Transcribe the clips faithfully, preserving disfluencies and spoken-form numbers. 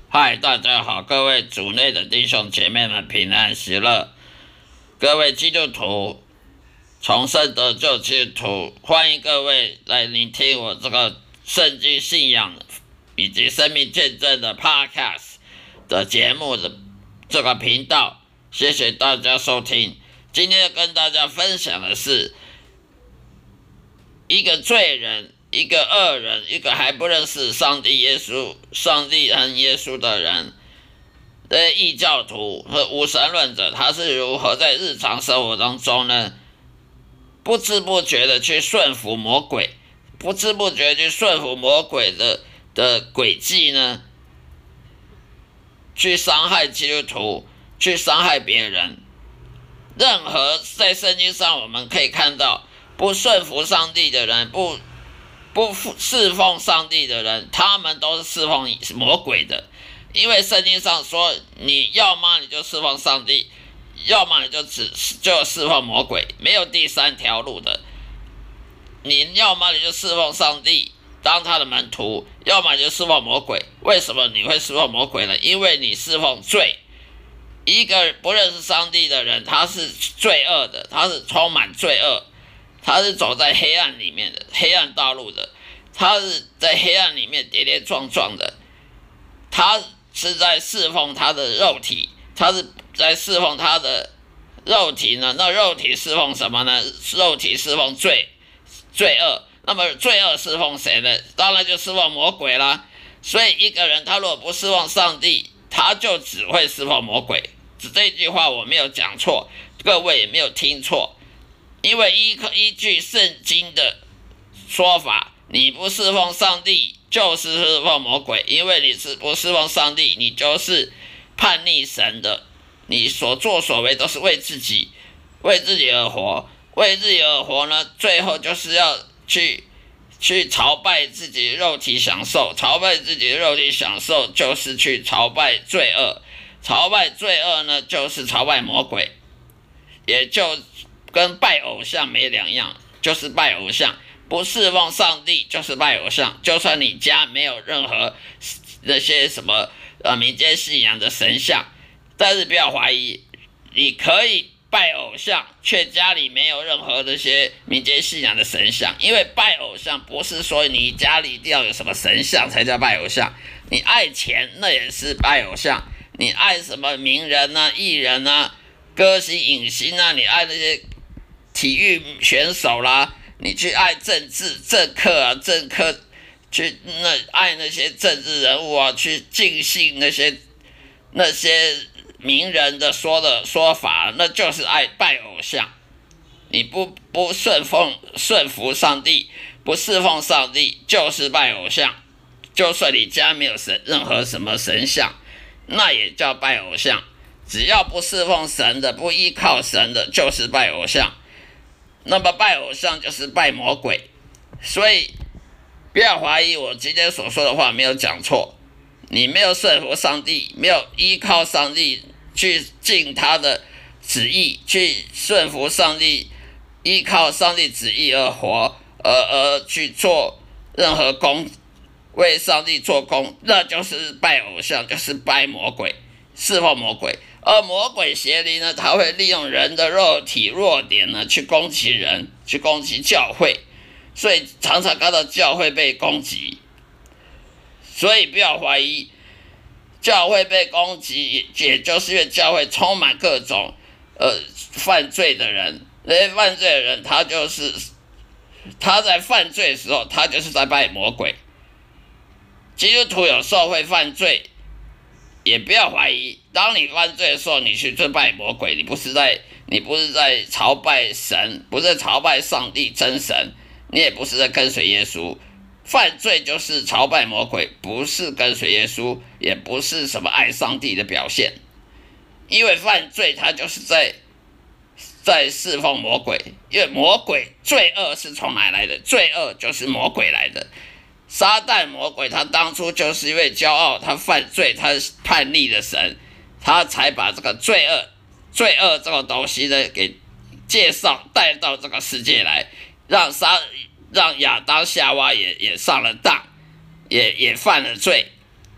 嗨，大家好，各位主内的弟兄姐妹们平安喜乐，各位基督徒、重生得救基督徒，欢迎各位来聆听我这个圣经信仰以及生命见证的 Podcast 的节目的这个频道，谢谢大家收听。今天跟大家分享的是一个罪人，一个恶人，一个还不认识上帝耶稣、上帝和耶稣的人，这些异教徒和无神论者，他是如何在日常生活当中呢，不知不觉的去顺服魔鬼，不知不觉去顺服魔鬼的的诡计呢，去伤害基督徒，去伤害别人。任何在圣经上我们可以看到，不顺服上帝的人，不不侍奉上帝的人，他们都是侍奉魔鬼的。因为圣经上说，你要么你就侍奉上帝，要么你就只就侍奉魔鬼，没有第三条路的。你要么你就侍奉上帝，当他的门徒，要么你就侍奉魔鬼。为什么你会侍奉魔鬼呢？因为你侍奉罪。一个不认识上帝的人，他是罪恶的，他是充满罪恶，他是走在黑暗里面的，黑暗道路的，他是在黑暗里面跌跌撞撞的，他是在侍奉他的肉体，他是在侍奉他的肉体呢？那肉体侍奉什么呢？肉体侍奉罪罪恶。那么罪恶侍奉谁呢？当然就侍奉魔鬼啦。所以一个人他如果不侍奉上帝，他就只会侍奉魔鬼。这句话我没有讲错，各位也没有听错，因为依依据圣经的说法，你不侍奉上帝就是侍奉魔鬼，因为你是不侍奉上帝，你就是叛逆神的，你所作所为都是为自己，为自己而活，为自己而活呢，最后就是要去去朝拜自己的肉体享受，朝拜自己的肉体享受就是去朝拜罪恶。朝拜罪恶呢，就是朝拜魔鬼，也就跟拜偶像没两样，就是拜偶像。不侍奉上帝就是拜偶像，就算你家没有任何那些什么呃民间信仰的神像，但是不要怀疑，你可以拜偶像，却家里没有任何那些民间信仰的神像，因为拜偶像不是说你家里一定要有什么神像才叫拜偶像，你爱钱那也是拜偶像。你爱什么名人啊、艺人啊、歌星、影星啊，你爱那些体育选手啦，你去爱政治政客啊、政客，去那爱那些政治人物啊，去尽信那些那些名人的说的说法，那就是爱拜偶像。你不不顺奉顺服上帝，不侍奉上帝，就是拜偶像。就算你家没有神任何什么神像，那也叫拜偶像。只要不侍奉神的，不依靠神的，就是拜偶像。那么拜偶像就是拜魔鬼。所以不要怀疑我今天所说的话没有讲错，你没有顺服上帝，没有依靠上帝去尽他的旨意，去顺服上帝，依靠上帝旨意而活，而而去做任何工，为上帝做工，那就是拜偶像，就是拜魔鬼，侍奉魔鬼。而魔鬼邪灵呢，他会利用人的肉体弱点呢，去攻击人，去攻击教会，所以常常看到教会被攻击。所以不要怀疑，教会被攻击，也就是因为教会充满各种呃犯罪的人。那些犯罪的人，他就是他在犯罪的时候，他就是在拜魔鬼。基督徒有时候会犯罪，也不要怀疑，当你犯罪的时候，你去尊拜魔鬼，你不是在你不是在朝拜神，不是朝拜上帝真神，你也不是在跟随耶稣。犯罪就是朝拜魔鬼，不是跟随耶稣，也不是什么爱上帝的表现。因为犯罪他就是在在侍奉魔鬼，因为魔鬼罪恶是从哪来的？罪恶就是魔鬼来的。撒旦魔鬼他当初就是因为骄傲，他犯罪，他叛逆了神，他才把这个罪恶罪恶这个东西呢给介绍带到这个世界来，让撒让亚当夏娃也也上了当，也也犯了罪。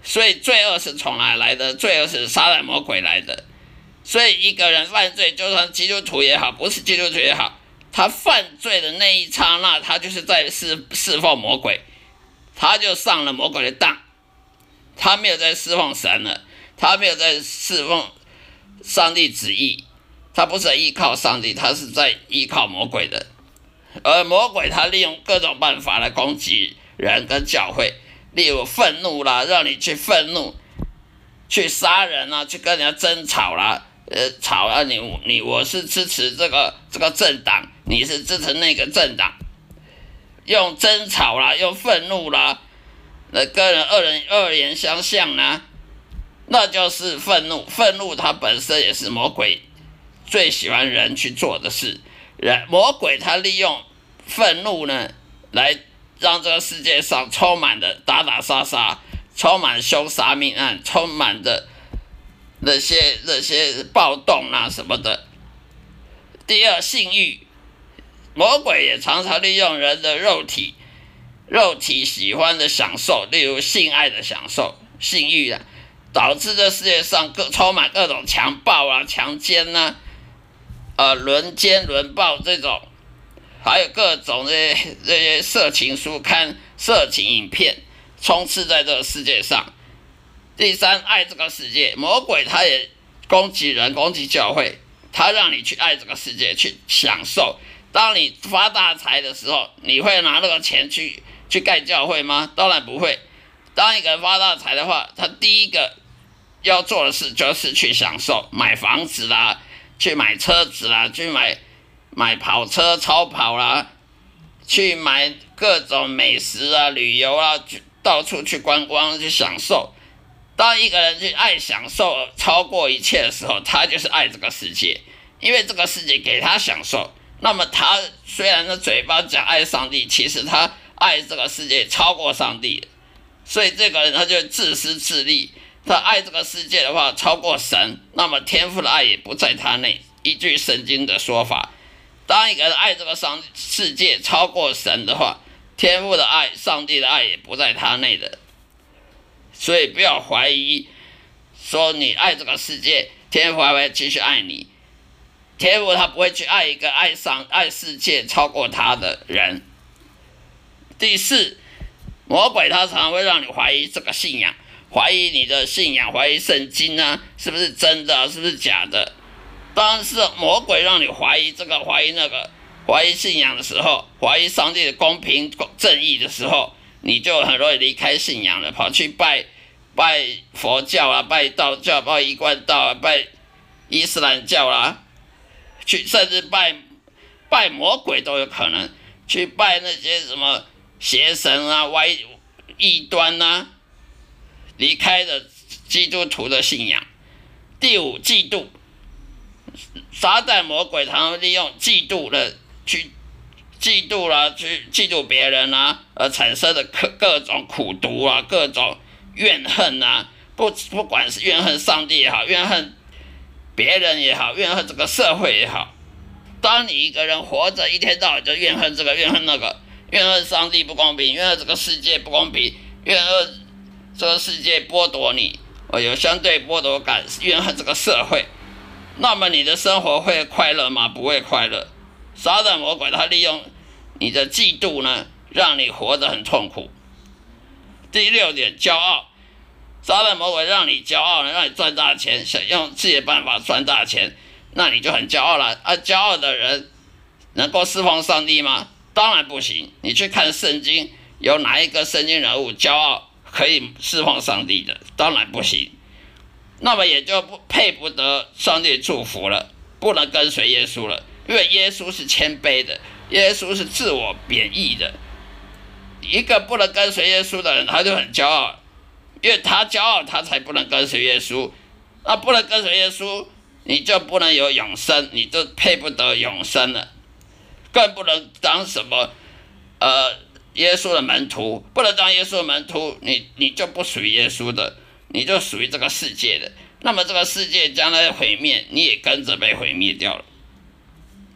所以罪恶是从哪来的？罪恶是撒旦魔鬼来的。所以一个人犯罪，就算基督徒也好，不是基督徒也好，他犯罪的那一刹那，他就是在侍侍奉魔鬼，他就上了魔鬼的当，他没有在侍奉神了，他没有在侍奉上帝旨意，他不是在依靠上帝，他是在依靠魔鬼的。而魔鬼他利用各种办法来攻击人跟教会，例如愤怒啦，让你去愤怒，去杀人啊，去跟人家争吵啦，呃，吵啊你你我是支持这个这个政党，你是支持那个政党，用争吵啦，用愤怒啦，来跟人恶人恶言相向啦，那就是愤怒。愤怒它本身也是魔鬼最喜欢人去做的事。人魔鬼他利用愤怒呢，来让这个世界上充满了打打杀杀，充满凶杀命案，充满着那些那些暴动啊什么的。第二，性欲，魔鬼也常常利用人的肉体，肉体喜欢的享受，例如性爱的享受、性欲啊，导致这世界上各充满各种强暴啊、强奸啊、呃轮奸轮暴这种，还有各种这些这些色情书刊、色情影片充斥在这个世界上。第三，爱这个世界，魔鬼他也攻击人，攻击教会，他让你去爱这个世界，去享受。当你发大财的时候，你会拿那个钱去去盖教会吗？当然不会。当一个人发大财的话，他第一个要做的事就是去享受，买房子啦，去买车子啦，去买买跑车、超跑啦，去买各种美食啊、旅游啊，去到处去观光去享受。当一个人去爱享受超过一切的时候，他就是爱这个世界，因为这个世界给他享受。那么他虽然在嘴巴讲爱上帝，其实他爱这个世界超过上帝，所以这个人他就自私自利。他爱这个世界的话超过神，那么天父的爱也不在他内。依据圣经的说法，当一个人爱这个上世界超过神的话，天父的爱、上帝的爱也不在他内的。所以不要怀疑说你爱这个世界，天父还会继续爱你。天父他不会去爱一个爱上爱世界超过他的人。第四，魔鬼他常常会让你怀疑这个信仰，怀疑你的信仰，怀疑圣经啊，是不是真的，是不是假的？当是魔鬼让你怀疑这个，怀疑那个，怀疑信仰的时候，怀疑上帝的公平正义的时候，你就很容易离开信仰了，跑去拜拜佛教啊，拜道教，拜一贯道啊，拜伊斯兰教啦、啊，去甚至拜拜魔鬼都有可能，去拜那些什么邪神啊、歪异端啊，离开了基督徒的信仰。第五，嫉妒，撒旦魔鬼常常利用嫉妒的去嫉妒啦、啊，去嫉妒别人啊，而产生的各各种苦毒啊，各种怨恨啊，不不管是怨恨上帝也好，怨恨别人也好，怨恨这个社会也好。当你一个人活着一天到晚就怨恨这个怨恨那个，怨恨上帝不公平，怨恨这个世界不公平，怨恨这个世界剥夺你，有相对剥夺感，怨恨这个社会，那么你的生活会快乐吗？不会快乐。撒旦魔鬼他利用你的嫉妒呢，让你活得很痛苦。第六点，骄傲，撒旦魔鬼让你骄傲呢，让你赚大钱，想用自己的办法赚大钱，那你就很骄傲了啊！骄傲的人能够侍奉上帝吗？当然不行。你去看圣经，有哪一个圣经人物骄傲可以侍奉上帝的？当然不行。那么也就不配不得上帝祝福了，不能跟随耶稣了，因为耶稣是谦卑的，耶稣是自我贬义的。一个不能跟随耶稣的人，他就很骄傲，因为他骄傲，他才不能跟随耶稣。那不能跟随耶稣，你就不能有永生，你就配不得永生了，更不能当什么呃耶稣的门徒，不能当耶稣的门徒，你你就不属于耶稣的，你就属于这个世界的。那么这个世界将来毁灭，你也跟着被毁灭掉了。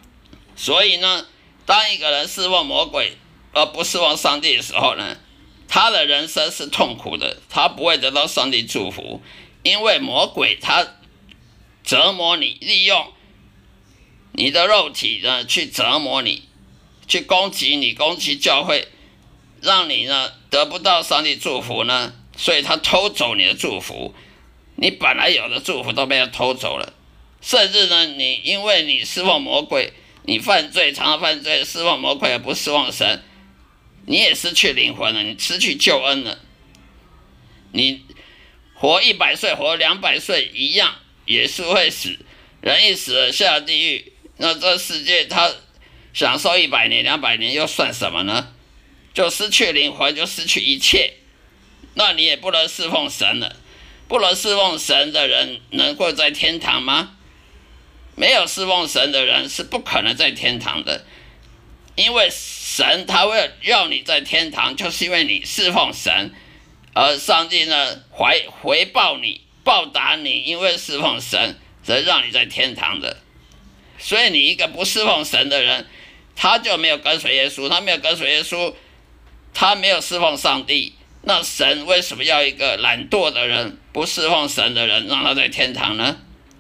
所以呢，当一个人侍奉魔鬼而不侍奉上帝的时候呢， 他的人生是痛苦的，他不会得到上帝祝福，因为魔鬼他折磨你，利用你的肉体呢去折磨你，去攻击你，攻击教会，让你呢得不到上帝祝福呢，所以他偷走你的祝福，你本来有的祝福都被他偷走了，甚至呢，你因为你侍奉魔鬼，你犯罪，常常犯罪，侍奉魔鬼而不侍奉神，你也失去灵魂了，你失去救恩了。你活一百岁，活两百岁一样，也是会死。人一死了下地狱，那这世界他享受一百年、两百年又算什么呢？就失去灵魂，就失去一切。那你也不能侍奉神了。不能侍奉神的人能够在天堂吗？没有侍奉神的人是不可能在天堂的，因为神他会要你在天堂，就是因为你侍奉神，而上帝呢回回报你，报答你，因为侍奉神，才让你在天堂的。所以你一个不侍奉神的人，他就没有跟随耶稣，他没有跟随耶稣，他没有侍奉上帝。那神为什么要一个懒惰的人、不侍奉神的人，让他在天堂呢？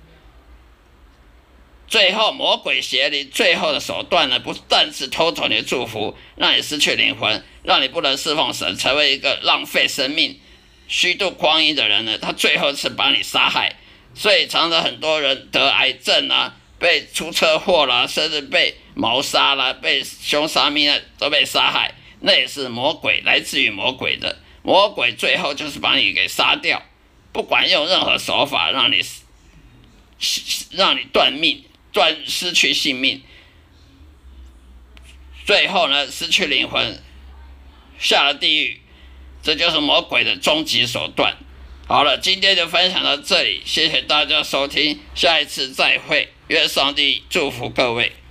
最后魔鬼邪灵最后的手段呢，不但是偷走你的祝福，让你失去灵魂，让你不能侍奉神，成为一个浪费生命、虚度光阴的人呢，他最后是把你杀害。所以常常很多人得癌症啊，被出车祸啦，甚至被谋杀啦，被凶杀命案都被杀害，那也是魔鬼，来自于魔鬼的。魔鬼最后就是把你给杀掉，不管用任何手法让你让你断命，断失去性命，最后呢失去灵魂，下了地狱，这就是魔鬼的终极手段。好了，今天就分享到这里，谢谢大家收听，下一次再会，愿上帝祝福各位。